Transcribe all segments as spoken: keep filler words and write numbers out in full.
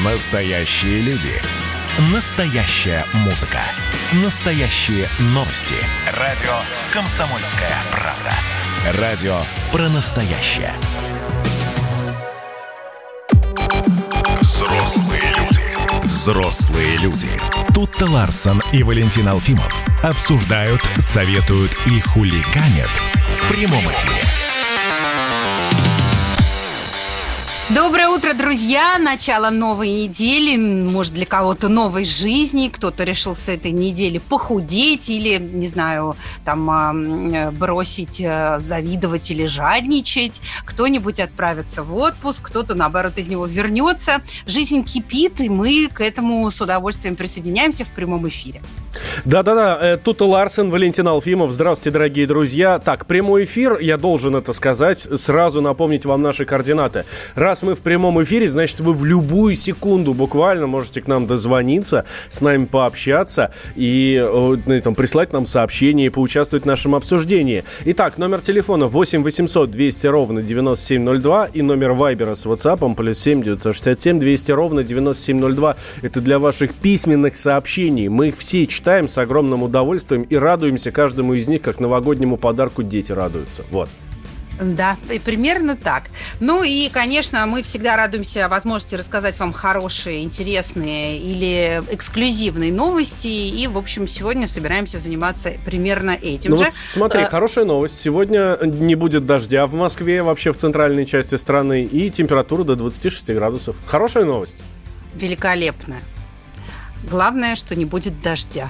Настоящие люди. Настоящая музыка. Настоящие новости. Радио «Комсомольская правда». Радио про настоящее. Взрослые люди. Взрослые люди. Тутта Ларсон и Валентин Алфимов обсуждают, советуют и хулиганят в прямом эфире. Доброе утро, друзья! Начало новой недели, может, для кого-то новой жизни. Кто-то решил с этой недели похудеть или, не знаю, там бросить завидовать или жадничать. Кто-нибудь отправится в отпуск, кто-то, наоборот, из него вернется. Жизнь кипит, и мы к этому с удовольствием присоединяемся в прямом эфире. Да-да-да, Тутта Ларсон, Валентин Алфимов. Здравствуйте, дорогие друзья. Так, прямой эфир, я должен это сказать, сразу напомнить вам наши координаты. Раз мы в прямом эфире, значит, вы в любую секунду буквально можете к нам дозвониться, с нами пообщаться и э, там, прислать нам сообщение и поучаствовать в нашем обсуждении. Итак, номер телефона восемь восемьсот двести ровно девяносто семь ноль два и номер вайбера с WhatsApp плюс семь девятьсот шестьдесят семь двести ровно девяносто семь ноль два. Это для ваших письменных сообщений. Мы их все читаем с огромным удовольствием и радуемся каждому из них, как новогоднему подарку дети радуются. Вот. Да, и примерно так. Ну и, конечно, мы всегда радуемся возможности рассказать вам хорошие, интересные или эксклюзивные новости. И, в общем, сегодня собираемся заниматься примерно этим ну же. Вот смотри, а... хорошая новость. Сегодня не будет дождя в Москве, вообще в центральной части страны, и температура до двадцати шести градусов. Хорошая новость. Великолепная. Главное, что не будет дождя.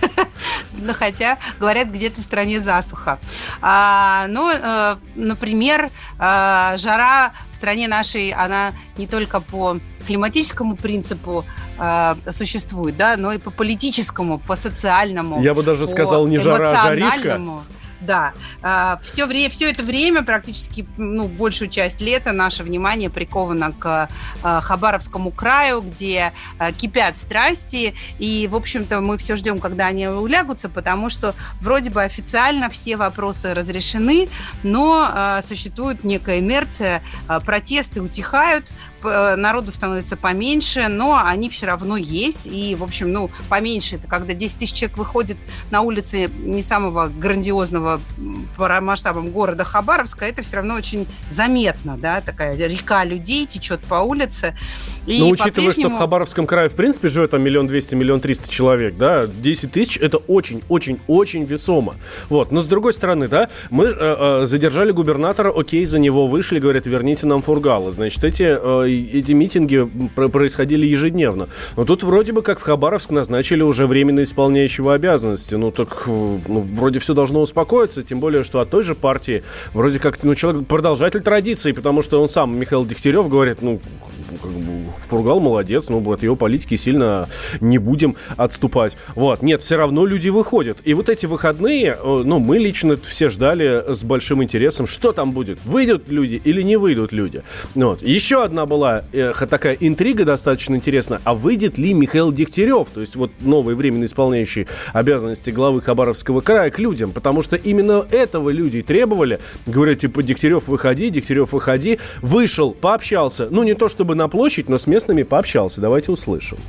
Ну, хотя, говорят, где-то в стране засуха. А, ну, э, например, э, жара в стране нашей, она не только по климатическому принципу э, существует, да, но и по политическому, по социальному. Я бы даже сказал, не жара, а жаришка. Да, все, время, все это время, практически ну, большую часть лета, наше внимание приковано к Хабаровскому краю, где кипят страсти, и, в общем-то, мы все ждем, когда они улягутся, потому что вроде бы официально все вопросы разрешены, но существует некая инерция, протесты утихают, народу становится поменьше, но они все равно есть. И, в общем, ну, поменьше это когда десять тысяч человек выходит на улицы не самого грандиозного по масштабам города Хабаровска, это все равно очень заметно, да, такая река людей течет по улице. И но учитывая, что в Хабаровском крае, в принципе, живет там миллион двести, миллион триста человек, да, десять тысяч это очень-очень-очень весомо. Вот, но с другой стороны, да, мы э, э, задержали губернатора, окей, за него вышли, говорят, верните нам Фургала. Значит, эти, э, эти митинги происходили ежедневно. Но тут вроде бы как в Хабаровск назначили уже временно исполняющего обязанности. Ну, так, ну, вроде все должно успокоиться, тем более, что от той же партии вроде как, ну, человек продолжатель традиции, потому что он сам, Михаил Дегтярев, говорит, ну, как бы, Фургал молодец, ну, от его политики сильно не будем отступать. Вот, нет, все равно люди выходят. И вот эти выходные, ну, мы лично все ждали с большим интересом, что там будет, выйдут люди или не выйдут люди. Вот. Еще одна была э, такая интрига достаточно интересная, а выйдет ли Михаил Дегтярев, то есть вот новый временно исполняющий обязанности главы Хабаровского края, к людям, потому что именно этого люди требовали, говорят, типа, Дегтярев, выходи, Дегтярев, выходи, вышел, пообщался, ну, не то чтобы на площадь, но с местными пообщался. Давайте услышим.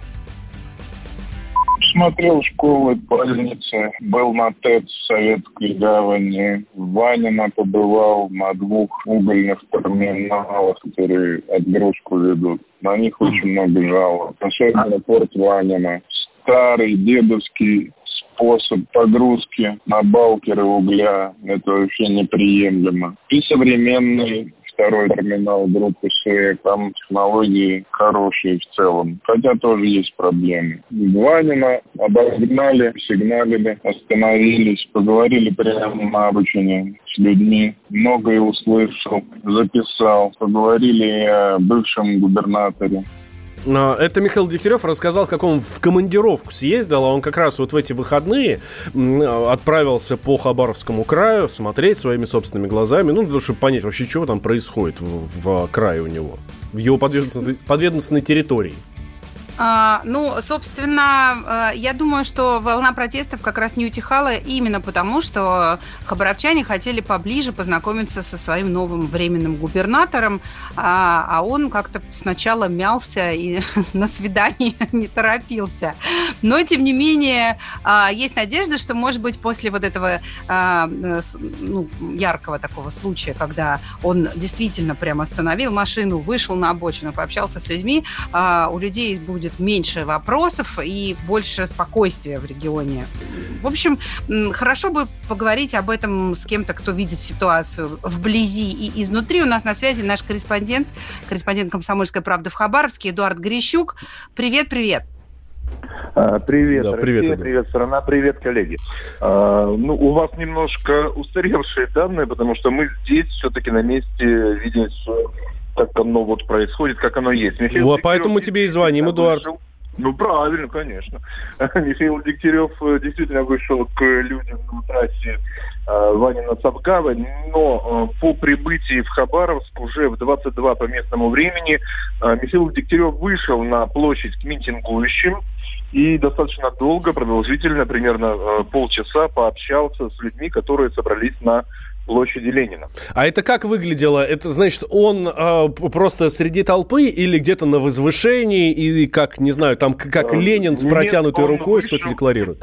Смотрел школы, больницы, был на ТЭЦ в Советской Гавани, в Ванино побывал на двух угольных терминалах, которые отгрузку ведут. На них очень много жалоб. Особенно порт Ванино. Старый дедовский способ погрузки на балкеры угля. Это вообще неприемлемо. И современный второй терминал группы СЭК, там технологии хорошие в целом, хотя тоже есть проблемы. Ванино обогнали, сигналили, остановились, поговорили прямо на обочине с людьми, многое услышал, записал, поговорили о бывшем губернаторе. Это Михаил Дегтярев рассказал, как он в командировку съездил, а он как раз вот в эти выходные отправился по Хабаровскому краю смотреть своими собственными глазами, ну, чтобы понять вообще, что там происходит в, в крае у него, в его подведомственной, подведомственной территории. А, ну, собственно, я думаю, что волна протестов как раз не утихала именно потому, что хабаровчане хотели поближе познакомиться со своим новым временным губернатором, а, а он как-то сначала мялся и на свидание не торопился. Но, тем не менее, есть надежда, что, может быть, после вот этого ну, яркого такого случая, когда он действительно прямо остановил машину, вышел на обочину, пообщался с людьми, у людей будет меньше вопросов и больше спокойствия в регионе. В общем, хорошо бы поговорить об этом с кем-то, кто видит ситуацию вблизи и изнутри. У нас на связи наш корреспондент, корреспондент «Комсомольской правды» в Хабаровске Эдуард Грищук. Привет, привет. Привет, да, Россия, привет, привет, страна, привет, коллеги. А, ну, у вас немножко устаревшие данные, потому что мы здесь все-таки на месте видим все, как оно вот происходит, как оно есть. Михаил вот Дегтярев, поэтому тебе и звоним, Эдуард. Вышел. Ну, правильно, конечно. Михаил Дегтярев действительно вышел к людям на трассе э, Ванина-Сапгава, но э, по прибытии в Хабаровск уже в двадцать два по местному времени э, Михаил Дегтярев вышел на площадь к митингующим и достаточно долго, продолжительно, примерно э, полчаса пообщался с людьми, которые собрались на площади Ленина. А это как выглядело? Это, значит, он э, просто среди толпы или где-то на возвышении, и как, не знаю, там как Ленин с протянутой Нет, рукой вышел... что-то декларирует?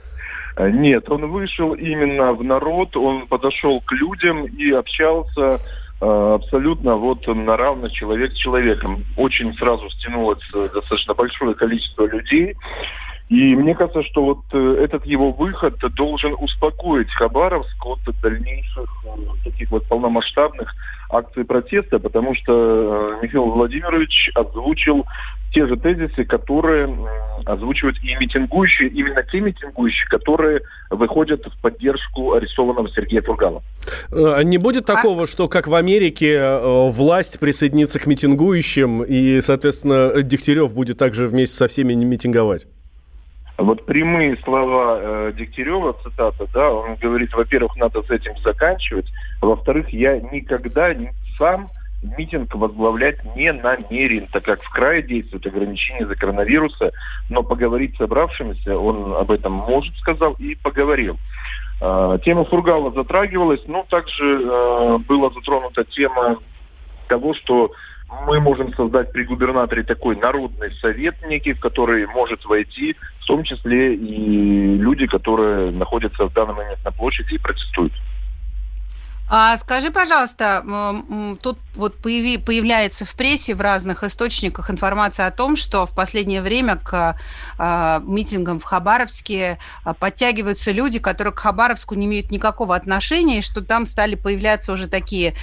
Нет, он вышел именно в народ, он подошел к людям и общался э, абсолютно вот на равных, человек с человеком. Очень сразу стянулось достаточно большое количество людей. И мне кажется, что вот э, этот его выход должен успокоить Хабаровск от дальнейших э, таких вот полномасштабных акций протеста, потому что э, Михаил Владимирович озвучил те же тезисы, которые э, озвучивают и митингующие, именно те митингующие, которые выходят в поддержку арестованного Сергея Фургала. Не будет такого, что, как в Америке, э, власть присоединится к митингующим, и, соответственно, Дегтярев будет также вместе со всеми митинговать? Вот прямые слова э, Дегтярева, цитата, да, он говорит, во-первых, надо с этим заканчивать, во-вторых, я никогда сам митинг возглавлять не намерен, так как в крае действуют ограничения из-за коронавируса, но поговорить с собравшимися он об этом может, сказал, и поговорил. Э, тема Фургала затрагивалась, ну, также э, была затронута тема того, что мы можем создать при губернаторе такой народный совет некий, в который может войти в том числе и люди, которые находятся в данный момент на площади и протестуют. А скажи, пожалуйста, тут вот появи, появляется в прессе в разных источниках информация о том, что в последнее время к э, митингам в Хабаровске подтягиваются люди, которые к Хабаровску не имеют никакого отношения, и что там стали появляться уже такие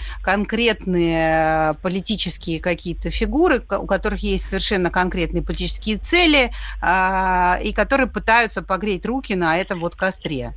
конкретные политические какие-то фигуры, у которых есть совершенно конкретные политические цели, э, и которые пытаются погреть руки на этом вот костре.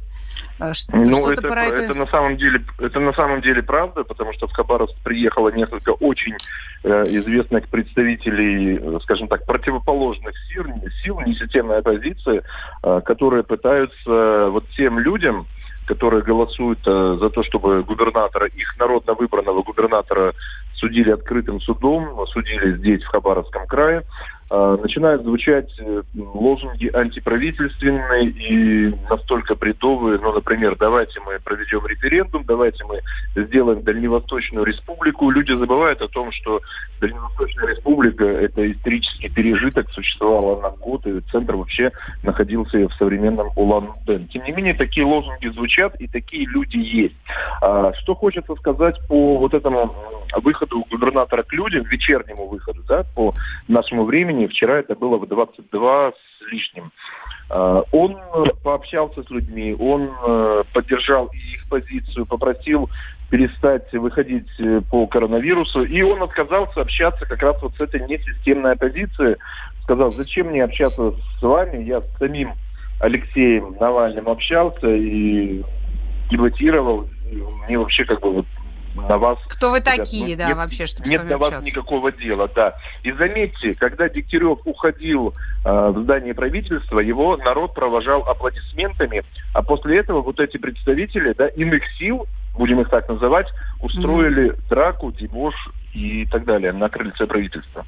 Ну, это, это... это на самом деле, это на самом деле правда, потому что в Хабаровск приехало несколько очень э, известных представителей, скажем так, противоположных сил, сил несистемной оппозиции, э, которые пытаются вот тем людям, которые голосуют э, за то, чтобы губернатора, их народно выбранного губернатора судили открытым судом, судили здесь, в Хабаровском крае, э, начинают звучать э, лозунги антиправительственные и настолько бредовые, ну, например, давайте мы проведем референдум, давайте мы сделаем Дальневосточную республику. Люди забывают о том, что Дальневосточная республика – это исторический пережиток, существовала она год, и центр вообще находился в современном Улан-Удэ. Тем не менее, такие лозунги звучат, и такие люди есть. А, что хочется сказать по вот этому выходу губернатора к людям, вечернему выходу, да, по нашему времени, вчера это было в двадцать два с лишним. А, он пообщался с людьми, он а, поддержал их позицию, попросил перестать выходить по коронавирусу, и он отказался общаться как раз вот с этой несистемной оппозицией. Сказал, зачем мне общаться с вами, я с самим Алексеем Навальным общался и дебатировал, мне вообще как бы вот на вас... Кто вы ребят, такие, ну, да, нет, вообще, чтобы нет с вами до вас общаться. никакого дела, да. И заметьте, когда Дегтярев уходил э, в здание правительства, его народ провожал аплодисментами, а после этого вот эти представители, да, иных сил, будем их так называть, устроили mm-hmm. драку, дебош и так далее на крыльце правительства.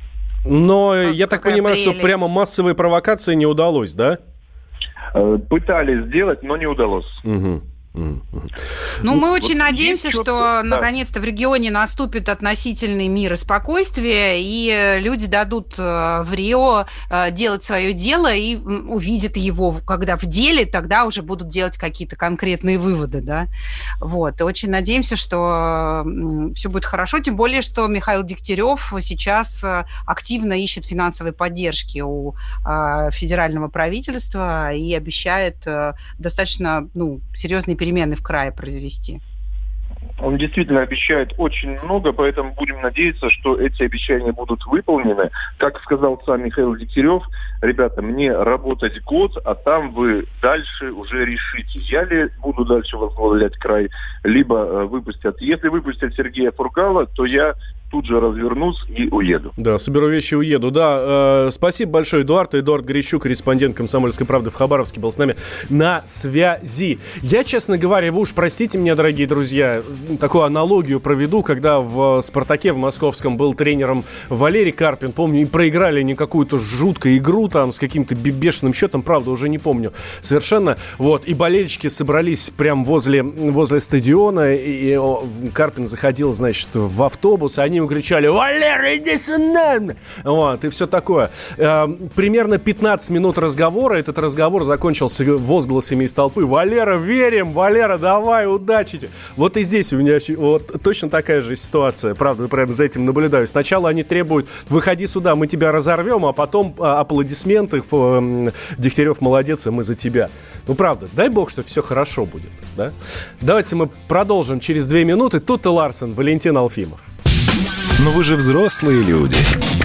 Но как, я так понимаю, прелесть. Что прямо массовой провокации не удалось, да? Пытались сделать, но не удалось. Угу. Ну, ну, мы очень вот надеемся, что да. наконец-то в регионе наступит относительный мир и спокойствие, и люди дадут в Рио делать свое дело и увидят его, когда в деле, тогда уже будут делать какие-то конкретные выводы, да. Вот. И очень надеемся, что все будет хорошо, тем более, что Михаил Дегтярев сейчас активно ищет финансовой поддержки у федерального правительства и обещает достаточно, ну, серьезные перемены в крае произвести. Он действительно обещает очень много, поэтому будем надеяться, что эти обещания будут выполнены. Как сказал сам Михаил Дегтярев, ребята, мне работать год, а там вы дальше уже решите, я ли буду дальше возглавлять край, либо выпустят. Если выпустят Сергея Фургала, то я тут же развернусь и уеду. Да, соберу вещи и уеду. Да, э, спасибо большое, Эдуард. Эдуард Горячук, корреспондент «Комсомольской правды» в Хабаровске, был с нами на связи. Я, честно говоря, вы уж простите меня, дорогие друзья, такую аналогию проведу, когда в «Спартаке» в московском был тренером Валерий Карпин, помню, и проиграли не какую-то жуткую игру там с каким-то бешеным счетом, правда, уже не помню совершенно. Вот, и болельщики собрались прямо возле, возле стадиона, и Карпин заходил, значит, в автобус, и они кричали: «Валера, иди сюда!» Вот, и все такое. Э, примерно пятнадцать минут разговора. Этот разговор закончился возгласами из толпы: «Валера, верим! Валера, давай, удачи!» Вот и здесь у меня вот точно такая же ситуация. Правда, прямо за этим наблюдаю. Сначала они требуют: «Выходи сюда, мы тебя разорвем», а потом аплодисменты. Дегтярев молодец, и мы за тебя. Ну, правда, дай бог, что все хорошо будет. Да? Давайте мы продолжим через две минуты. Тут и Ларсон, Валентин Алфимов. Но вы же взрослые люди.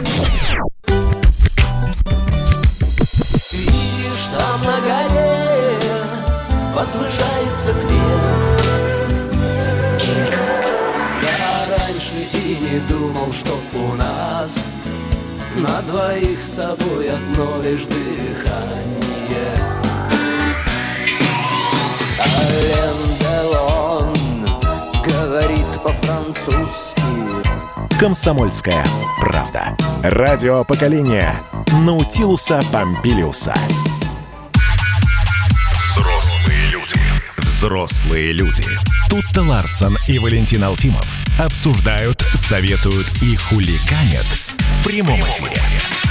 Видишь, там на горе возвышается крест. Я раньше и не думал, что у нас на двоих с тобой одно лишь дыхание. Ален Делон говорит по-французски. «Комсомольская правда». Радио поколения Наутилуса Помпилиуса. Взрослые люди. Взрослые люди. Тут-то Ларсон и Валентин Алфимов обсуждают, советуют и хулиганят в прямом эфире.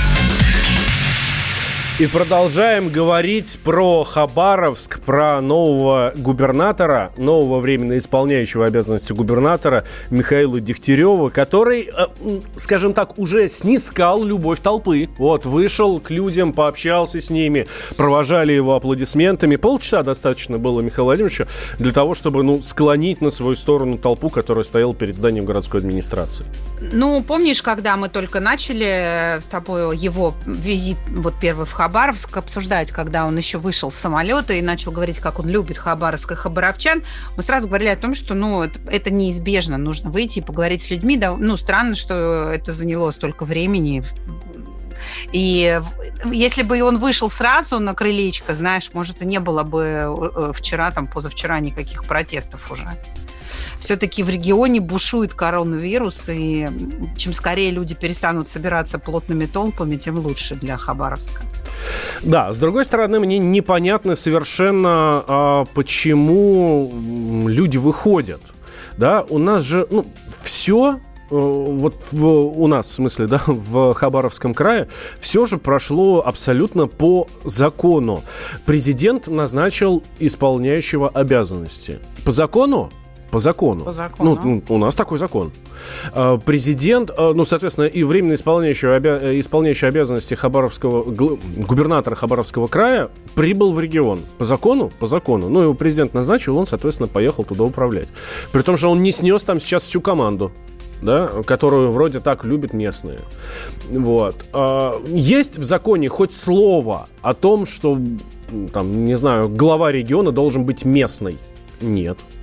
И продолжаем говорить про Хабаровск, про нового губернатора, нового временно исполняющего обязанности губернатора Михаила Дегтярева, который, скажем так, уже снискал любовь толпы. Вот, вышел к людям, пообщался с ними, провожали его аплодисментами. Полчаса достаточно было Михаилу Владимировичу для того, чтобы, ну, склонить на свою сторону толпу, которая стояла перед зданием городской администрации. Ну, помнишь, когда мы только начали с тобой его визит, вот первый в Хабаровск, Хабаровск обсуждать, когда он еще вышел с самолета и начал говорить, как он любит Хабаровск и хабаровчан, мы сразу говорили о том, что, ну, это, это неизбежно, нужно выйти и поговорить с людьми. Да, ну, странно, что это заняло столько времени. И если бы он вышел сразу на крылечко, знаешь, может, и не было бы вчера, там, позавчера никаких протестов уже. Все-таки в регионе бушует коронавирус, и чем скорее люди перестанут собираться плотными толпами, тем лучше для Хабаровска. Да, с другой стороны, мне непонятно совершенно, а, почему люди выходят. Да, у нас же, ну, все... Вот в, у нас, в смысле, да, в Хабаровском крае все же прошло абсолютно по закону. Президент назначил исполняющего обязанности. По закону? По закону. По закону. Ну, у нас такой закон. Президент, ну, соответственно, и временно исполняющий, обя... исполняющий обязанности Хабаровского, губернатора Хабаровского края прибыл в регион. По закону? По закону. Ну, его президент назначил, он, соответственно, поехал туда управлять. При том, что он не снес там сейчас всю команду, да, которую вроде так любят местные. Вот. Есть в законе хоть слово о том, что, там, не знаю, глава региона должен быть местный? Нет.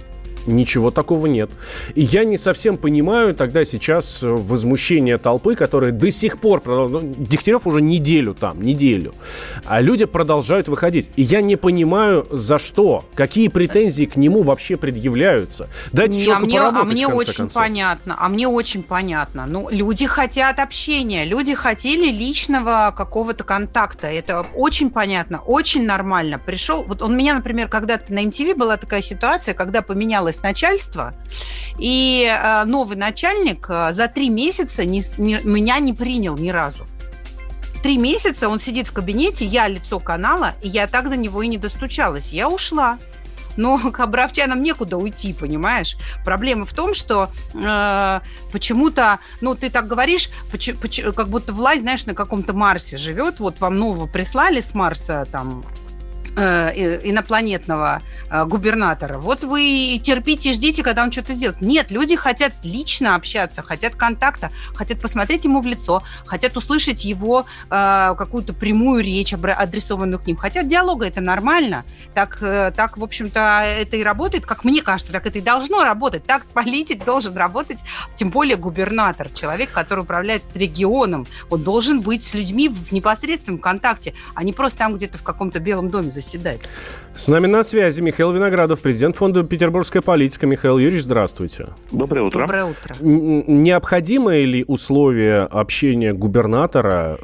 Ничего такого нет. И я не совсем понимаю тогда сейчас возмущение толпы, которая до сих пор... Ну, Дегтярев уже неделю там, неделю. А люди продолжают выходить. И я не понимаю, за что. Какие претензии к нему вообще предъявляются. Дайте не, человеку а мне, поработать, а мне в конце очень концов. понятно. А мне очень понятно. Ну, люди хотят общения. Люди хотели личного какого-то контакта. Это очень понятно, очень нормально. Пришел... Вот у меня, например, когда-то на эм ти ви была такая ситуация, когда поменялось начальство, и э, новый начальник э, за три месяца не, не, меня не принял ни разу. Три месяца он сидит в кабинете, я лицо канала, и я так до него и не достучалась. Я ушла. Но к абровчанам некуда уйти, понимаешь? Проблема в том, что э, почему-то, ну, ты так говоришь, поч- поч- как будто власть, знаешь, на каком-то Марсе живет. Вот вам нового прислали с Марса, там, инопланетного губернатора. Вот вы терпите и ждите, когда он что-то сделает. Нет, люди хотят лично общаться, хотят контакта, хотят посмотреть ему в лицо, хотят услышать его э, какую-то прямую речь, адресованную к ним. Хотят диалога, это нормально. Так, э, так, в общем-то, это и работает, как мне кажется, так это и должно работать. Так политик должен работать, тем более губернатор, человек, который управляет регионом. Он должен быть с людьми в непосредственном контакте, а не просто там где-то в каком-то Белом доме заседать. С нами на связи Михаил Виноградов, президент фонда «Петербургская политика». Михаил Юрьевич, здравствуйте. Доброе утро. Доброе утро. Необходимое ли условие общения губернатора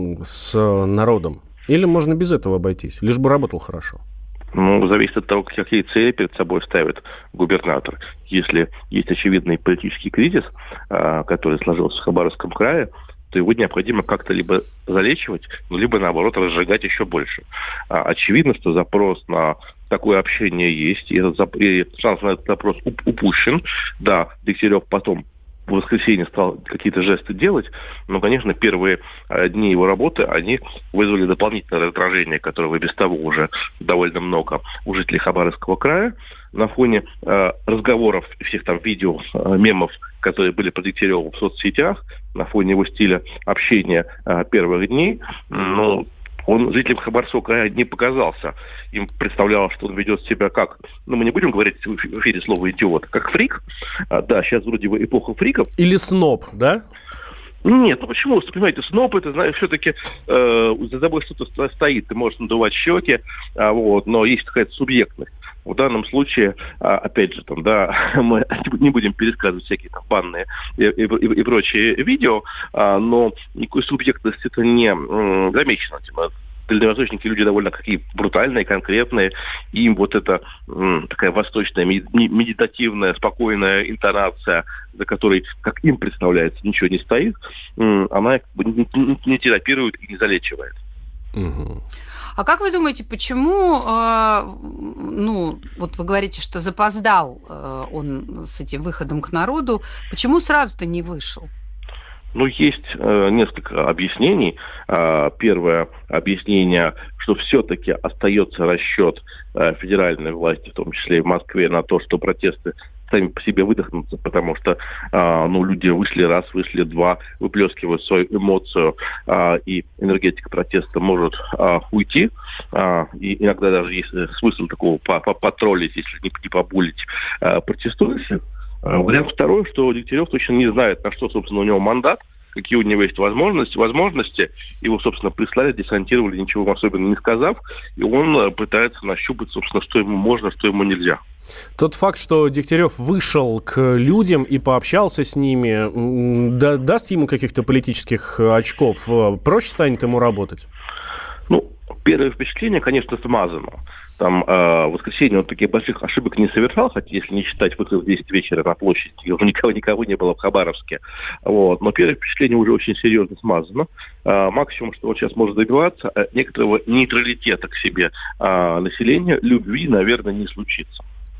с народом? Или можно без этого обойтись, лишь бы работал хорошо? Ну, зависит от того, какие цели перед собой ставит губернатор. Если есть очевидный политический кризис, который сложился в Хабаровском крае, то его необходимо как-то либо залечивать, ну, либо, наоборот, разжигать еще больше. А, очевидно, что запрос на такое общение есть, и, этот, и шанс на этот запрос упущен. Да, Дегтярев потом в воскресенье стал какие-то жесты делать, но, конечно, первые дни его работы, они вызвали дополнительное раздражение, которого и без того уже довольно много у жителей Хабаровского края. На фоне э, разговоров, всех там видео, э, мемов, которые были про Дегтярева в соцсетях, на фоне его стиля общения э, первых дней, ну, он жителям Хабаровского края не показался. Им представлялось, что он ведет себя как, ну, мы не будем говорить в эфире слово «идиот», как фрик. А, да, сейчас вроде бы эпоха фриков. Или сноб, да? Нет, ну почему? Понимаете, сноб это, знаешь, все-таки э, за тобой что-то стоит. Ты можешь надувать щеки, а, вот, но есть какая-то субъектность. В данном случае, опять же, там, да, мы не будем пересказывать всякие там банные и, и, и прочие видео, но никакой субъектности это не замечено. Дальневосточники люди довольно какие брутальные, конкретные. Им вот эта м, такая восточная, медитативная, спокойная интонация, за которой, как им представляется, ничего не стоит, м, она не, не, не терапирует и не залечивает. Угу. А как вы думаете, почему, э, ну, вот вы говорите, что запоздал э, он с этим выходом к народу, почему сразу-то не вышел? Ну, есть э, несколько объяснений. Э, первое объяснение, что все-таки остается расчет э, федеральной власти, в том числе и в Москве, на то, что протесты сами по себе выдохнутся, потому что э, ну, люди вышли раз, вышли два, выплескивают свою эмоцию, э, и энергетика протеста может э, уйти. Э, и иногда даже есть смысл такого потроллить, если не, не побулить э, протестующих. Вариант второй, что Дегтярев точно не знает, на что, собственно, у него мандат, какие у него есть возможности, возможности. Его, собственно, прислали, десантировали, ничего особенно не сказав, и он пытается нащупать, собственно, что ему можно, что ему нельзя. Тот факт, что Дегтярев вышел к людям и пообщался с ними, да, даст ему каких-то политических очков? Проще станет ему работать? Ну, первое впечатление, конечно, смазано. Там э, в воскресенье он таких больших ошибок не совершал, хотя если не считать выход в десять вечера на площади, никого, никого не было в Хабаровске. Вот. Но первое впечатление уже очень серьезно смазано. Э, максимум, что он сейчас может добиваться, э, некоторого нейтралитета к себе э, населения, любви, наверное, не случится.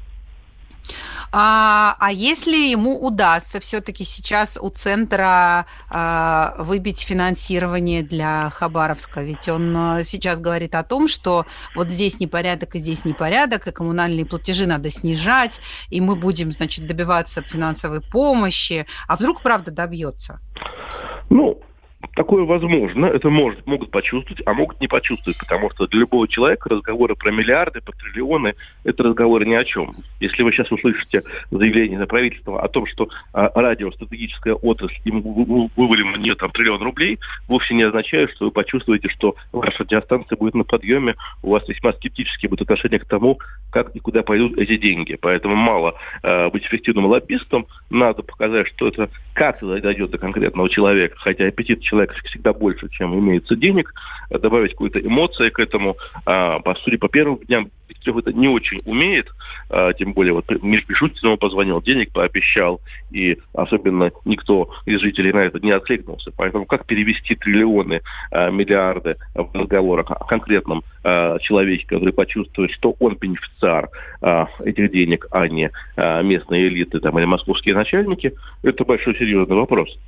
А, а если ему удастся все-таки сейчас у центра а, выбить финансирование для Хабаровска? Ведь он сейчас говорит о том, что вот здесь непорядок и здесь непорядок, и коммунальные платежи надо снижать, и мы будем, значит, добиваться финансовой помощи. А вдруг, правда, добьется? Ну, Такое возможно, это может, могут почувствовать, а могут не почувствовать, потому что для любого человека разговоры про миллиарды, про триллионы – это разговоры ни о чем. Если вы сейчас услышите заявление на правительство о том, что а, радио, стратегическая отрасль, им вывалим на нее там триллион рублей, вовсе не означает, что вы почувствуете, что ваша радиостанция будет на подъеме, у вас весьма скептически будет отношение к тому, как и куда пойдут эти деньги. Поэтому мало э, быть эффективным лоббистом, надо показать, что это как-то дойдет до конкретного человека, хотя аппетит человека всегда больше, чем имеется денег, добавить какую-то эмоцию к этому. А, по сути, по первым дням Дегтярев это не очень умеет, а, тем более вот Миш Мишустин ему позвонил, денег пообещал, и особенно никто из жителей на это не откликнулся. Поэтому как перевести триллионы, а, миллиарды в разговорах о конкретном а, человеке, который почувствует, что он бенефициар а, этих денег, а не а, местные элиты там, или московские начальники, это большой серьезный вопрос.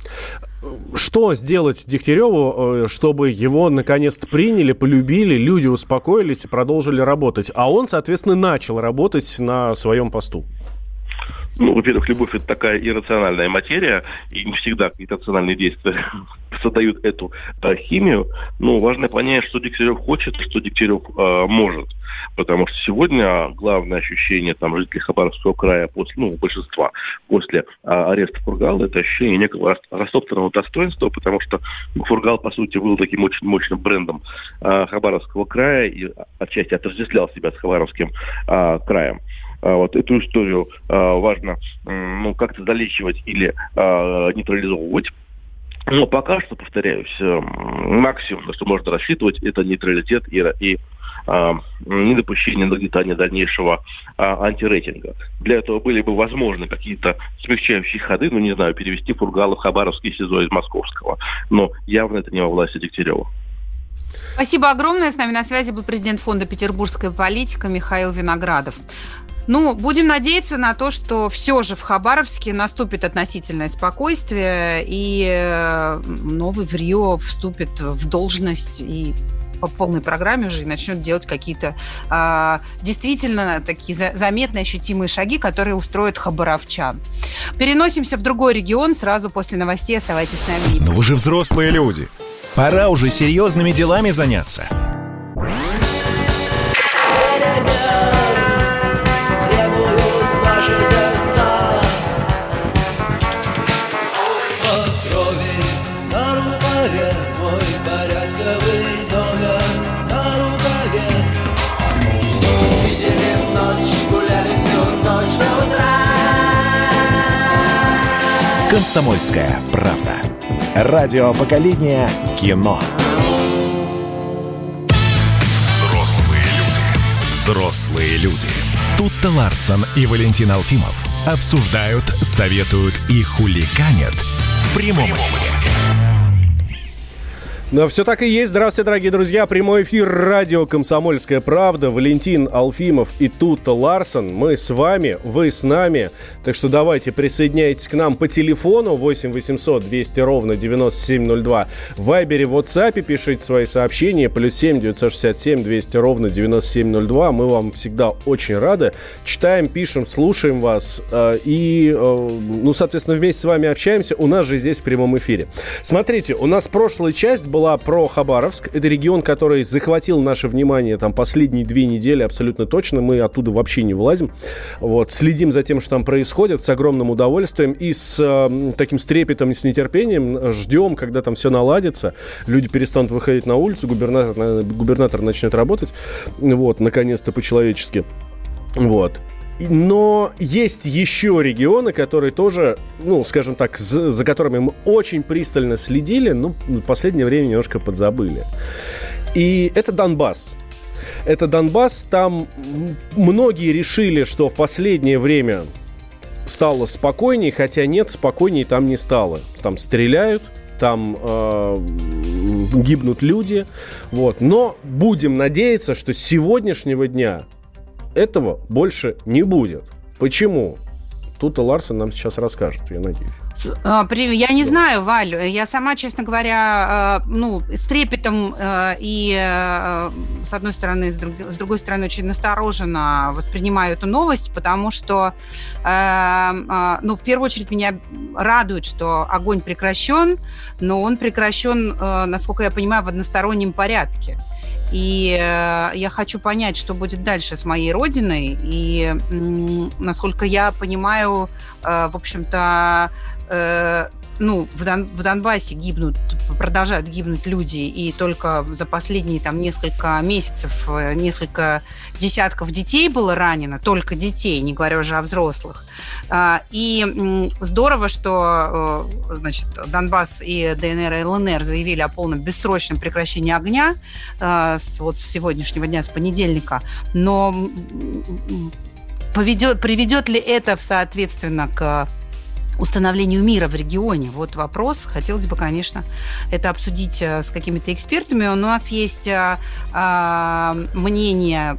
Что сделать Дегтяреву, чтобы его наконец-то приняли, полюбили, люди успокоились и продолжили работать? А он, соответственно, начал работать на своем посту. Ну, во-первых, любовь – это такая иррациональная материя, и не всегда какие-то рациональные действия создают эту э, химию. Но важно понять, что Дегтярев хочет, что Дегтярев э, может. Потому что сегодня главное ощущение там, жителей Хабаровского края, после, ну, большинства, после э, ареста Фургала, это ощущение некого растоптанного достоинства, потому что Фургал, по сути, был таким очень мощным брендом э, Хабаровского края и отчасти отождествлял себя с Хабаровским э, краем. Вот эту историю э, важно э, ну, как-то залечивать или э, нейтрализовывать. Но пока что, повторяюсь, э, максимум, на что можно рассчитывать, это нейтралитет и, и э, недопущение нагнетания дальнейшего э, антирейтинга. Для этого были бы возможны какие-то смягчающие ходы, ну, не знаю, перевести Фургала в Хабаровский СИЗО из Московского. Но явно это не во власти Дегтярева. Спасибо огромное. С нами на связи был президент фонда «Петербургская политика» Михаил Виноградов. Ну, будем надеяться на то, что все же в Хабаровске наступит относительное спокойствие, и новый в Рио вступит в должность и по полной программе уже и начнет делать какие-то а, действительно такие за, заметные, ощутимые шаги, которые устроят хабаровчан. Переносимся в другой регион сразу после новостей. Оставайтесь с нами. Но вы же взрослые люди. Пора уже серьезными делами заняться. «Комсомольская правда». Радио поколения кино. Взрослые люди. Взрослые люди. Тут-то Ларсон и Валентин Алфимов обсуждают, советуют и хулиганят в прямом эфире. Да, все так и есть. Здравствуйте, дорогие друзья. Прямой эфир радио «Комсомольская правда». Валентин Алфимов и Тут-то Ларсон. Мы с вами, вы с нами. Так что давайте присоединяйтесь к нам по телефону восемь восемьсот двести ровно девяносто семь ноль два. В Вайбере, в WhatsApp пишите свои сообщения. Плюс семь девятьсот шестьдесят семь двести ровно девяносто семь ноль два. Мы вам всегда очень рады. Читаем, пишем, слушаем вас. И, ну, соответственно, вместе с вами общаемся. У нас же здесь в прямом эфире. Смотрите, у нас прошлая часть была про Хабаровск. Это регион, который захватил наше внимание там последние две недели, абсолютно точно. Мы оттуда вообще не вылазим. Вот. Следим за тем, что там происходит, с огромным удовольствием и с э, таким с трепетом и с нетерпением ждем, когда там все наладится, люди перестанут выходить на улицу, губернатор, губернатор начнет работать. Вот, наконец-то по-человечески. Вот. Но есть еще регионы, которые тоже, ну, скажем так, за, за которыми мы очень пристально следили, но в последнее время немножко подзабыли. И это Донбасс. Это Донбасс, там многие решили, что в последнее время стало спокойнее, хотя нет, спокойнее там не стало. Там стреляют, там э, гибнут люди. Вот. Но будем надеяться, что с сегодняшнего дня этого больше не будет. Почему? Тута Ларсен нам сейчас расскажет, я надеюсь. Я не знаю, Валь, я сама, честно говоря, ну, с трепетом и, с одной стороны, с другой, с другой стороны, очень настороженно воспринимаю эту новость, потому что, ну, в первую очередь, меня радует, что огонь прекращен, но он прекращен, насколько я понимаю, в одностороннем порядке. И я хочу понять, что будет дальше с моей родиной. И, насколько я понимаю, в общем-то, ну, в, Дон, в Донбассе гибнут, продолжают гибнуть люди, и только за последние там несколько месяцев несколько десятков детей было ранено, только детей, не говоря уже о взрослых. И здорово, что, значит, Донбасс и ДНР и ЛНР заявили о полном бессрочном прекращении огня с, вот с сегодняшнего дня, с понедельника, но поведет, приведет ли это, соответственно, к установлению мира в регионе? Вот вопрос. Хотелось бы, конечно, это обсудить с какими-то экспертами. У нас есть а, а, мнение,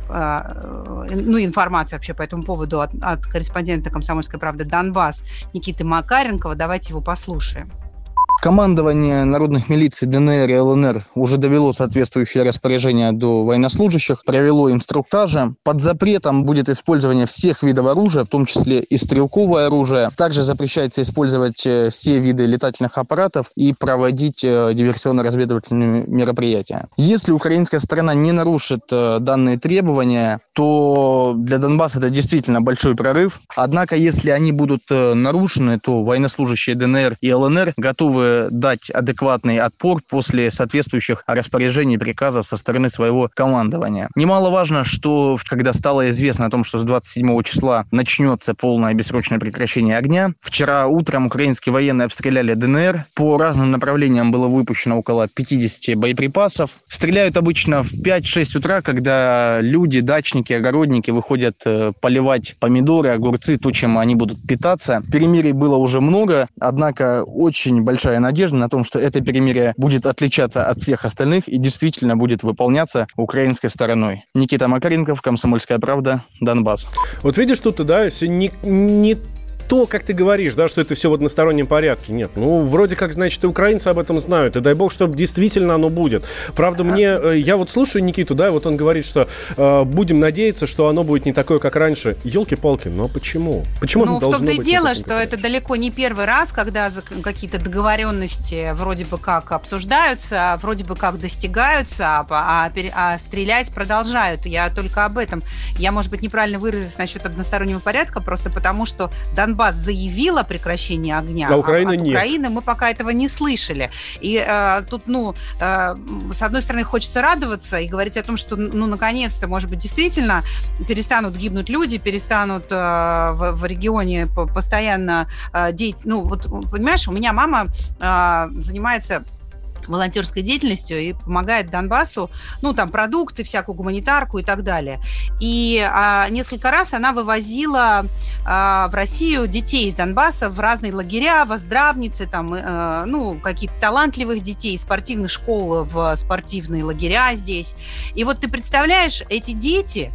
а, ну, информация вообще по этому поводу от, от корреспондента «Комсомольской правды» Донбасс Никиты Макаренкова. Давайте его послушаем. Командование народных милиций ДНР и ЛНР уже довело соответствующее распоряжение до военнослужащих, провело инструктажи. Под запретом будет использование всех видов оружия, в том числе и стрелковое оружие. Также запрещается использовать все виды летательных аппаратов и проводить диверсионно-разведывательные мероприятия. Если украинская сторона не нарушит данные требования, то для Донбасса это действительно большой прорыв. Однако, если они будут нарушены, то военнослужащие ДНР и ЛНР готовы дать адекватный отпор после соответствующих распоряжений и приказов со стороны своего командования. Немаловажно, что когда стало известно о том, что с двадцать седьмого числа начнется полное бессрочное прекращение огня, вчера утром украинские военные обстреляли ДНР. По разным направлениям было выпущено около пятьдесят боеприпасов. Стреляют обычно в пять-шесть утра, когда люди, дачники, огородники выходят поливать помидоры, огурцы, то, чем они будут питаться. Перемирий было уже много, однако очень большая надежда на том, что это перемирие будет отличаться от всех остальных и действительно будет выполняться украинской стороной. Никита Макаренков, «Комсомольская правда», Донбасс. Вот видишь, тут, да, если не, не то, как ты говоришь, да, что это все в одностороннем порядке. Нет, ну, вроде как, значит, и украинцы об этом знают, и дай бог, чтобы действительно оно будет. Правда, мне, я вот слушаю Никиту, да, вот он говорит, что э, будем надеяться, что оно будет не такое, как раньше. Елки-палки, но почему? Почему ну, оно должно быть? Ну, в том-то и дело, таким, что это далеко не первый раз, когда какие-то договоренности вроде бы как обсуждаются, вроде бы как достигаются, а, а, а стрелять продолжают. Я только об этом. Я, может быть, неправильно выразилась насчет одностороннего порядка, просто потому, что Донбасс заявила о прекращении огня, а Украина а от нет. Украины мы пока этого не слышали. И э, тут, ну, э, с одной стороны, хочется радоваться и говорить о том, что, ну, наконец-то, может быть, действительно перестанут гибнуть люди, перестанут э, в, в регионе постоянно э, деятельность. Ну, вот, понимаешь, у меня мама э, занимается волонтерской деятельностью и помогает Донбассу, ну, там, продукты, всякую гуманитарку и так далее. И а, несколько раз она вывозила а, в Россию детей из Донбасса в разные лагеря, в оздравницы, там, а, ну, какие-то талантливых детей из спортивных школ в спортивные лагеря здесь. И вот ты представляешь, эти дети...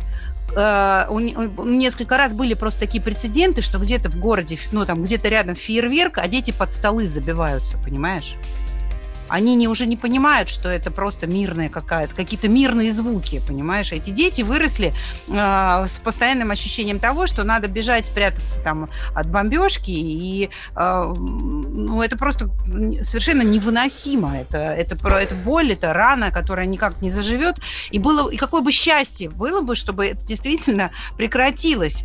Uh, у, у, несколько раз были просто такие прецеденты, что где-то в городе, ну, там, где-то рядом фейерверк, а дети под столы забиваются, понимаешь? Они не, уже не понимают, что это просто мирная какая-то, какие-то мирные звуки, понимаешь? Эти дети выросли э, с постоянным ощущением того, что надо бежать, спрятаться там от бомбежки, и э, ну, это просто совершенно невыносимо. Это, это, это боль, это рана, которая никак не заживет. И, было, и какое бы счастье было бы, чтобы это действительно прекратилось.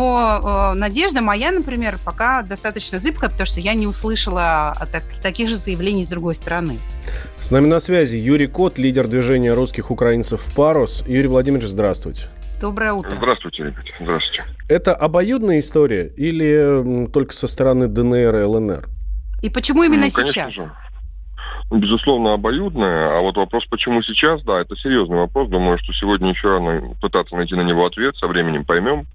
Но э, надежда моя, например, пока достаточно зыбкая, потому что я не услышала так, таких же заявлений с другой стороны. С нами на связи Юрий Кот, лидер движения русских украинцев «Парус». Юрий Владимирович, здравствуйте. Доброе утро. Здравствуйте, ребята. Здравствуйте. Это обоюдная история или только со стороны ДНР и ЛНР? И почему именно ну, сейчас? Же. безусловно, обоюдное. А вот вопрос, почему сейчас, да, это серьезный вопрос. Думаю, что сегодня еще рано пытаться найти на него ответ, со временем поймем.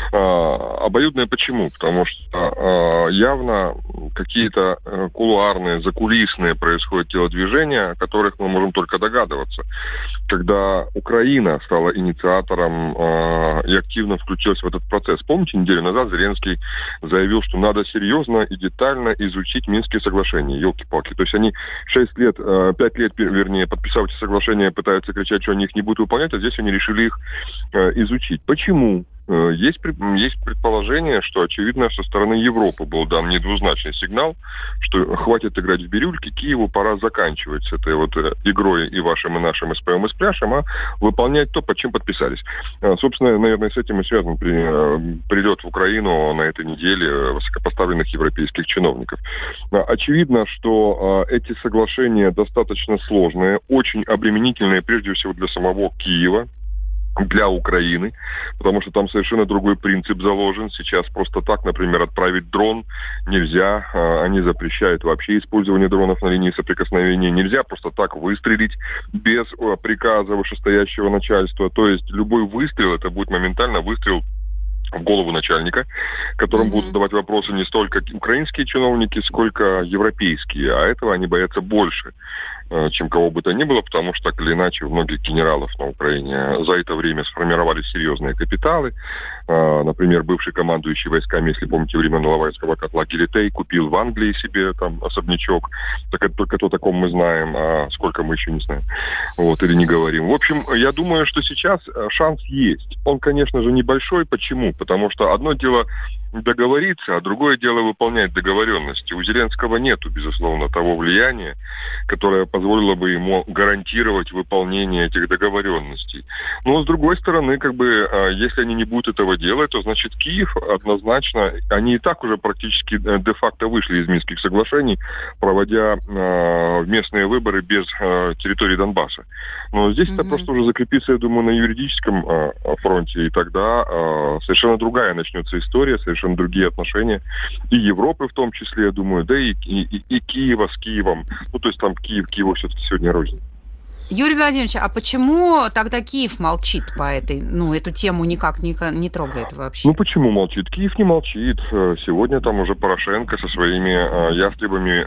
А, обоюдное почему? Потому что а, явно какие-то кулуарные, закулисные происходят телодвижения, о которых мы можем только догадываться. Когда Украина стала инициатором э, и активно включилась в этот процесс. Помните, неделю назад Зеленский заявил, что надо серьезно и детально изучить Минские соглашения. Елки-палки. То есть они шесть лет, э, пять лет, вернее, подписав эти соглашения, пытаются кричать, что они их не будут выполнять, а здесь они решили их э, изучить. Почему? Есть, есть предположение, что, очевидно, со стороны Европы был дан недвузначный сигнал, что хватит играть в бирюльки, Киеву пора заканчивать с этой вот игрой и вашим, и нашим, и споем, и спляшем, а выполнять то, под чем подписались. Собственно, наверное, с этим и связан прилет в Украину на этой неделе высокопоставленных европейских чиновников. Очевидно, что эти соглашения достаточно сложные, очень обременительные, прежде всего, для самого Киева, для Украины, потому что там совершенно другой принцип заложен. Сейчас просто так, например, отправить дрон нельзя. Они запрещают вообще использование дронов на линии соприкосновения. Нельзя просто так выстрелить без приказа вышестоящего начальства. То есть любой выстрел, это будет моментально выстрел в голову начальника, которым mm-hmm. будут задавать вопросы не столько украинские чиновники, сколько европейские. А этого они боятся больше, чем кого бы то ни было, потому что так или иначе у многих генералов на Украине за это время сформировались серьезные капиталы. Например, бывший командующий войсками, если помните, времен Иловайского котла Гилетей купил в Англии себе там особнячок. Так это только то, о ком мы знаем, а сколько мы еще не знаем. Вот, или не говорим. В общем, я думаю, что сейчас шанс есть. Он, конечно же, небольшой. Почему? Потому что одно дело договориться, а другое дело выполнять договоренности. У Зеленского нету, безусловно, того влияния, которое позволило бы ему гарантировать выполнение этих договоренностей. Но, с другой стороны, как бы, если они не будут этого делать, то, значит, Киев однозначно, они и так уже практически де-факто вышли из Минских соглашений, проводя э, местные выборы без э, территории Донбасса. Но здесь mm-hmm. это просто уже закрепится, я думаю, на юридическом э, фронте, и тогда э, совершенно другая начнется история, совершенно другие отношения и Европы в том числе, я думаю, да и, и, и Киева с Киевом. Ну, то есть там Киев, Киеву все-таки сегодня рознь. Юрий Владимирович, а почему тогда Киев молчит по этой, ну, эту тему никак не, не трогает вообще? Ну, почему молчит? Киев не молчит. Сегодня там уже Порошенко со своими э, ястребами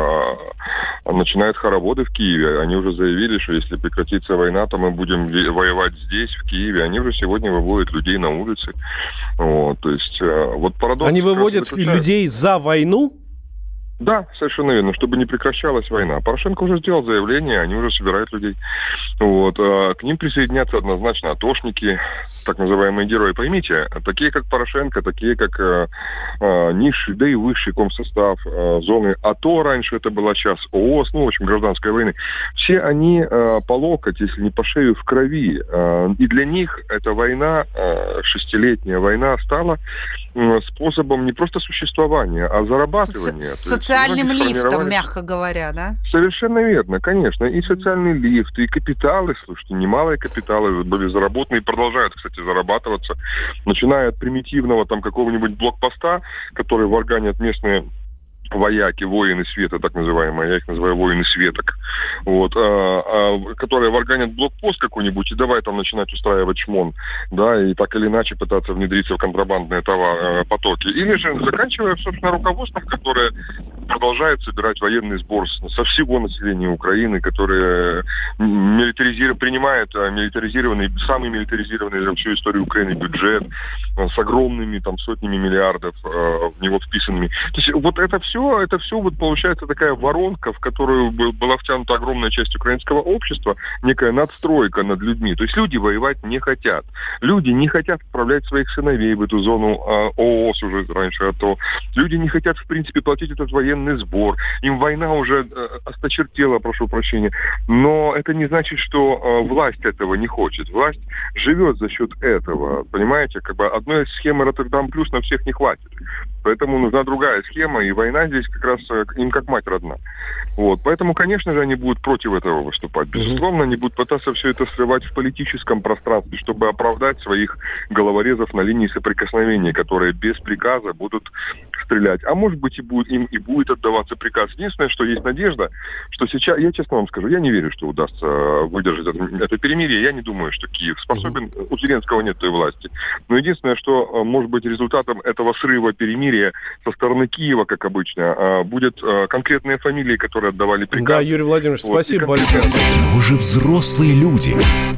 э, начинает хороводы в Киеве. Они уже заявили, что если прекратится война, то мы будем воевать здесь, в Киеве. Они уже сегодня выводят людей на улицы. Вот, то есть, э, вот парадокс... Они выводят людей за войну? Да, совершенно верно, чтобы не прекращалась война. Порошенко уже сделал заявление, они уже собирают людей. Вот. К ним присоединятся однозначно атошники, так называемые герои. Поймите, такие как Порошенко, такие как э, э, низший, да и высший комсостав э, зоны АТО, раньше это была сейчас ООС, ну, в общем, гражданской войны, все они э, по локоть, если не по шею, в крови. Э, и для них эта война, э, шестилетняя война, стала э, способом не просто существования, а зарабатывания. Соци- Социальным лифтом, мягко говоря, да? Совершенно верно, конечно. И социальный лифт, и капиталы, слушайте, немалые капиталы были заработаны и продолжают, кстати, зарабатываться. Начиная от примитивного там какого-нибудь блокпоста, который варганят местные вояки, воины света, так называемые, я их называю воины светок, вот, а, а, которые варганят блокпост какой-нибудь и давай там начинать устраивать шмон, да, и так или иначе пытаться внедриться в контрабандные товар, потоки. Или же заканчивая, собственно, руководством, которое продолжает собирать военный сбор со всего населения Украины, которое милитаризир... принимает милитаризированный, самый милитаризированный за всю историю Украины бюджет с огромными там сотнями миллиардов в него вписанными. То есть вот это все это все вот получается такая воронка, в которую была втянута огромная часть украинского общества, некая надстройка над людьми. То есть люди воевать не хотят. Люди не хотят отправлять своих сыновей в эту зону а, ООС уже раньше, а то люди не хотят, в принципе, платить этот военный сбор. Им война уже а, осточертела, прошу прощения. Но это не значит, что а, власть этого не хочет. Власть живет за счет этого. Понимаете, как бы одной схемы Роттердам плюс на всех не хватит. Поэтому нужна другая схема, и война здесь как раз им как мать родна. Вот. Поэтому, конечно же, они будут против этого выступать. Безусловно, они будут пытаться все это срывать в политическом пространстве, чтобы оправдать своих головорезов на линии соприкосновения, которые без приказа будут стрелять, а может быть и будет, им и будет отдаваться приказ. Единственное, что есть надежда, что сейчас, я честно вам скажу, я не верю, что удастся выдержать это, это перемирие. Я не думаю, что Киев способен. У Зеленского нет той власти. Но единственное, что может быть результатом этого срыва перемирия со стороны Киева, как обычно, будет конкретные фамилии, которые отдавали приказ. Да, Юрий Владимирович, вот, спасибо и... большое. Но вы же взрослые люди.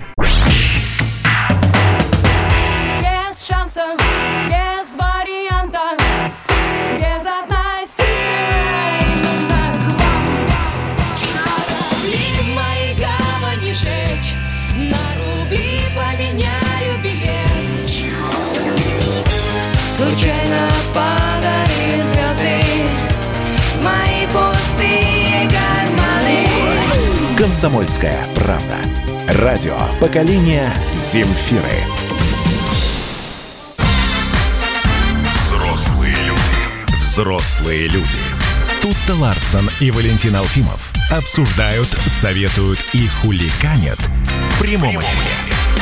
Без шансов, без вариантов, без относительной именно к вам. Корабли в моей гавани жечь, на рубли поменяю билет. Случайно падали звезды в мои пустые карманы. «Комсомольская правда». Радио поколения Земфиры. Взрослые люди. Взрослые люди. Тут-то Ларсон и Валентин Алфимов обсуждают, советуют и хулиганят в прямом эфире.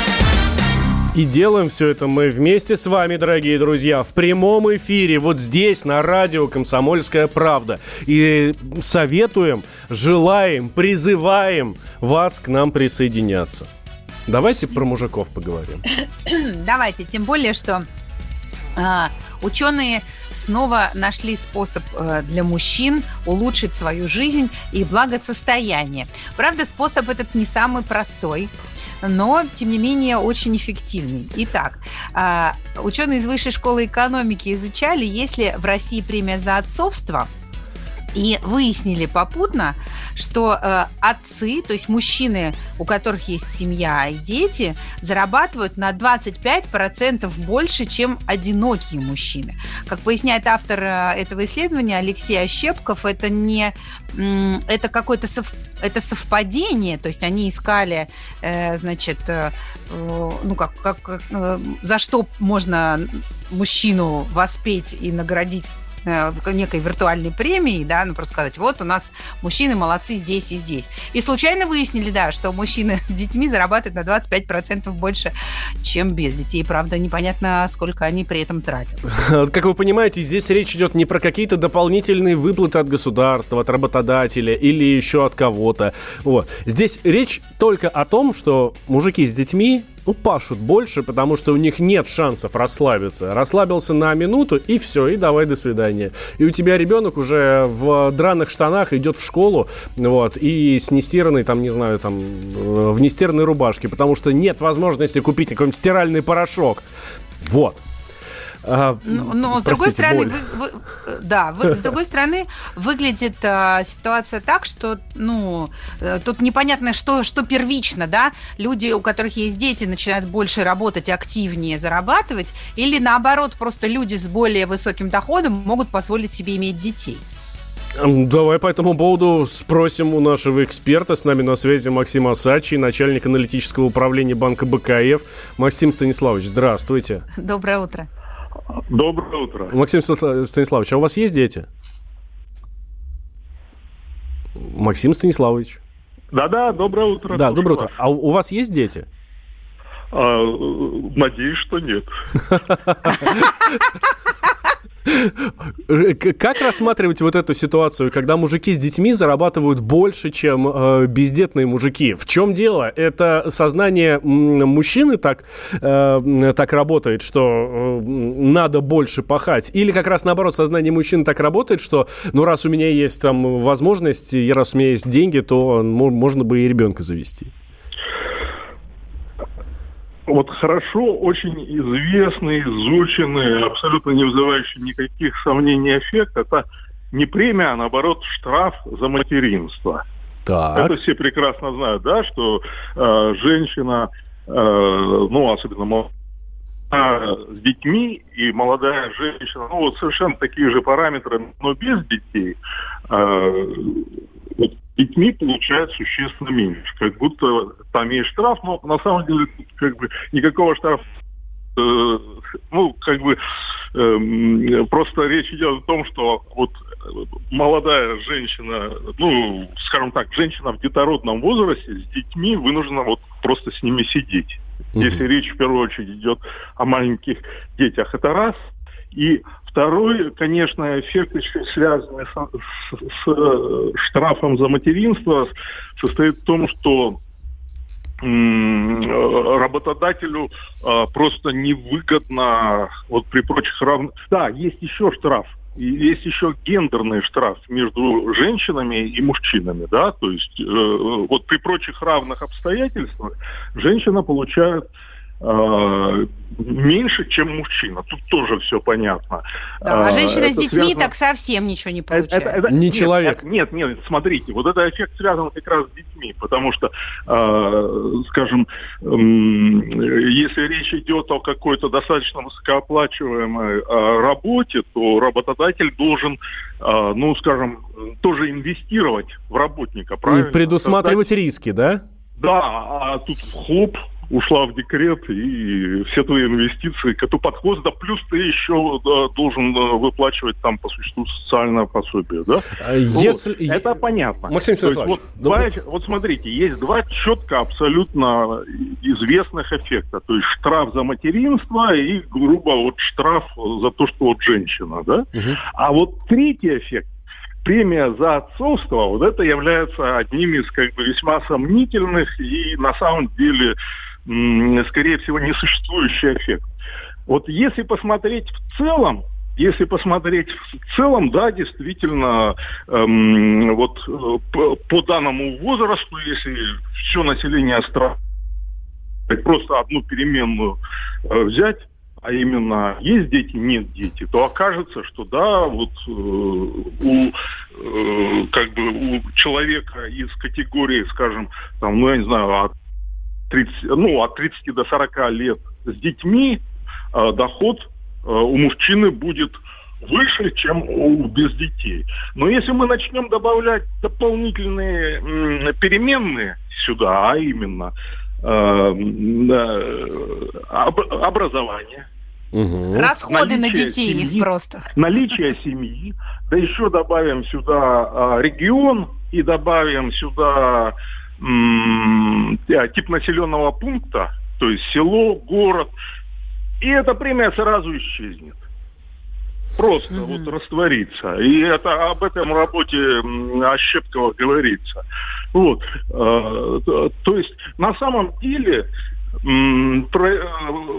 И делаем все это мы вместе с вами, дорогие друзья, в прямом эфире, вот здесь, на радио «Комсомольская правда». И советуем, желаем, призываем вас к нам присоединяться. Давайте про мужиков поговорим. Давайте, тем более, что а, ученые снова нашли способ а, для мужчин улучшить свою жизнь и благосостояние. Правда, способ этот не самый простой, но, тем не менее, очень эффективный. Итак, ученые из Высшей школы экономики изучали, есть ли в России премия за отцовство, и выяснили попутно, что э, отцы, то есть мужчины, у которых есть семья и дети, зарабатывают на двадцать пять процентов больше, чем одинокие мужчины. Как поясняет автор э, этого исследования Алексей Ощепков, это не э, это какое-то сов, это совпадение, то есть они искали, э, значит, э, э, ну как, как э, за что можно мужчину воспеть и наградить некой виртуальной премии, да, ну просто сказать, вот у нас мужчины молодцы здесь и здесь. И случайно выяснили, да, что мужчины с детьми зарабатывают на двадцать пять процентов больше, чем без детей. Правда, непонятно, сколько они при этом тратят. Как вы понимаете, здесь речь идет не про какие-то дополнительные выплаты от государства, от работодателя или еще от кого-то. Вот. Здесь речь только о том, что мужики с детьми ну, пашут больше, потому что у них нет шансов расслабиться. Расслабился на минуту, и все, и давай, до свидания. И у тебя ребенок уже в драных штанах идет в школу, вот, и с нестиранной, там, не знаю, там, в нестиранной рубашке, потому что нет возможности купить какой-нибудь стиральный порошок. Вот. А, но, но с другой стороны, вы, вы, да, вы, с другой стороны, выглядит а, ситуация так, что, ну, тут непонятно, что, что первично, да, люди, у которых есть дети, начинают больше работать, активнее зарабатывать, или наоборот, просто люди с более высоким доходом могут позволить себе иметь детей. Давай по этому поводу спросим у нашего эксперта. С нами на связи Максим Осадчий, начальник аналитического управления банка БКФ. Максим Станиславович, здравствуйте. Доброе утро. Доброе утро. Максим Станиславович, а у вас есть дети? Максим Станиславович. Да-да, доброе утро. Да, доброе утро. А у вас есть дети? А, надеюсь, что нет. Как рассматривать вот эту ситуацию, когда мужики с детьми зарабатывают больше, чем э, бездетные мужики? В чем дело? Это сознание мужчины так, э, так работает, что э, надо больше пахать? Или как раз наоборот, сознание мужчины так работает, что ну раз у меня есть там возможность, и раз у меня есть деньги, то можно бы и ребенка завести? Вот хорошо, очень известный, изученный, абсолютно не вызывающий никаких сомнений эффект, это не премия, а наоборот штраф за материнство. Так. Это все прекрасно знают, да, что э, женщина, э, ну, особенно молодая, с детьми и молодая женщина, ну, вот совершенно такие же параметры, но без детей, э, вот, детьми получают существенно меньше. Как будто там есть штраф, но на самом деле как бы никакого штрафа, э, ну, как бы э, просто речь идет о том, что вот молодая женщина, ну, скажем так, женщина в детородном возрасте с детьми вынуждена вот просто с ними сидеть. Mm-hmm. Если речь в первую очередь идет о маленьких детях, это раз. И Второй, конечно, эффект еще связанный с, с, с штрафом за материнство, состоит в том, что работодателю а, просто невыгодно, вот при прочих равных... Да, есть еще штраф, и есть еще гендерный штраф между женщинами и мужчинами, да, то есть э, вот при прочих равных обстоятельствах женщина получает э, меньше, чем мужчина. Тут тоже все понятно. Да, а женщина это с детьми связано... так совсем ничего не получает. Это, это, не нет, человек. Нет, нет, смотрите, вот этот эффект связан как раз с детьми, потому что, э, скажем, э, если речь идет о какой-то достаточно высокооплачиваемой э, работе, то работодатель должен, э, ну, скажем, тоже инвестировать в работника, правильно? И предусматривать Создать... риски, да? Да, а тут хлоп, ушла в декрет, и все твои инвестиции коту под хвост, да плюс ты еще да, должен выплачивать там по существу социальное пособие, да? Если... Вот, это понятно. Максим Станиславович, вот, два, вот смотрите, есть два четко абсолютно известных эффекта, то есть штраф за материнство и, грубо, вот штраф за то, что вот женщина, да? Угу. А вот третий эффект, премия за отцовство, вот это является одним из как бы весьма сомнительных и на самом деле, м- скорее всего, несуществующий эффект. Вот если посмотреть в целом, если посмотреть в целом, да, действительно, эм, вот э, по, по данному возрасту, если все население страны, просто одну переменную э, взять, а именно есть дети, нет дети, то окажется, что да, вот э, у э, как бы у человека из категории, скажем, там, ну я не знаю, от тридцати, ну, от тридцати до сорока лет с детьми э, доход э, у мужчины будет выше, чем у без детей. Но если мы начнем добавлять дополнительные м, переменные сюда, а именно э, об, образование, угу. расходы на детей семьи, просто. Наличие семьи, да еще добавим сюда а, регион и добавим сюда м, тип населенного пункта, то есть село, город, и эта премия сразу исчезнет. Просто mm-hmm. вот растворится. И это об этом работе Ощепкова говорится. Вот. Э, то, то есть на самом деле м, про, э,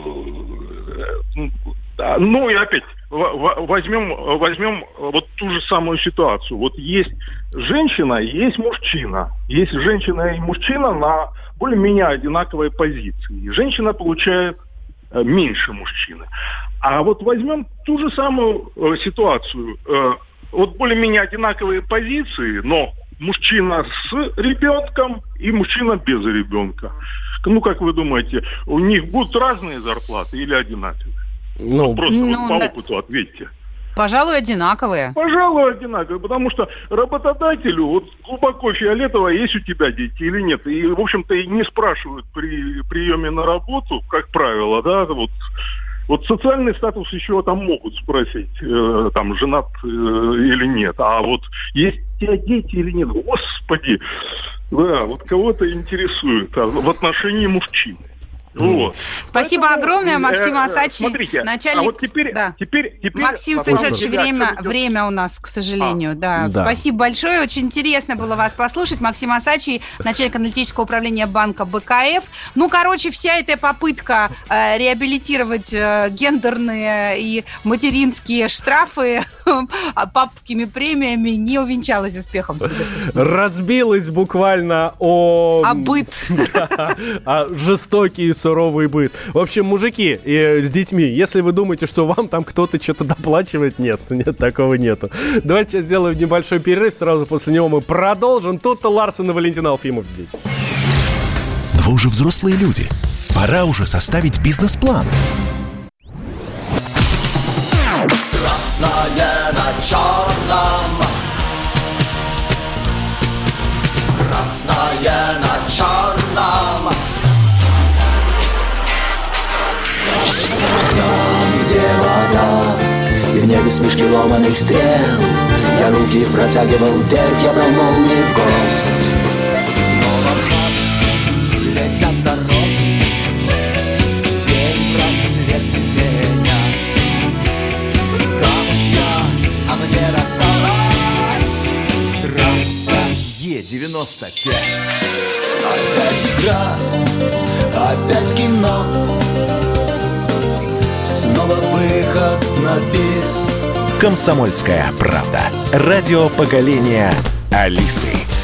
ну и опять возьмем, возьмем вот ту же самую ситуацию. Вот есть женщина, есть мужчина. Есть женщина и мужчина на более-менее одинаковой позиции. Женщина получает меньше мужчины. А вот возьмем ту же самую э, ситуацию. Э, вот более-менее одинаковые позиции, но мужчина с ребенком и мужчина без ребенка. Ну, как вы думаете, у них будут разные зарплаты или одинаковые? Ну, вот просто ну, вот по да. опыту ответьте. Пожалуй, одинаковые. Пожалуй, одинаковые, потому что работодателю вот глубоко фиолетово, есть у тебя дети или нет. И, в общем-то, и не спрашивают при приеме на работу, как правило, да, вот. Вот социальный статус еще там могут спросить, э, там, женат э, или нет. А вот есть у тебя дети или нет, господи, да, вот кого-то интересует а, в отношении мужчин. Вот. Спасибо Поэтому, огромное, Максим Асачи. Смотрите, начальник... а вот теперь... Да. теперь, теперь Максим Станиславович, время, время у нас, к сожалению. А, да. Да. Спасибо большое. Очень интересно было вас послушать. Максим Асачи, начальник аналитического управления банка БКФ. Ну, короче, вся эта попытка э, реабилитировать э, гендерные и материнские штрафы папскими премиями не увенчалась успехом. Разбилась буквально о... О быт. О жестокий суровый быт. В общем, мужики и с детьми, если вы думаете, что вам там кто-то что-то доплачивает, нет, нет, такого нету. Давайте сейчас сделаем небольшой перерыв, сразу после него мы продолжим. Тут-то Ларсон и Валентин Алфимов здесь. Вы уже взрослые люди. Пора уже составить бизнес-план. Красное на черном. Красное на черном. Там, где вода, и в небе смешки ломаных стрел, я руки протягивал вверх, я брал молнии в гость. Снова в ночь летят дороги, день просвет менять. Как девяносто пять. Опять игра, опять кино, снова выход на бис. «Комсомольская правда». Радио поколения Алисы.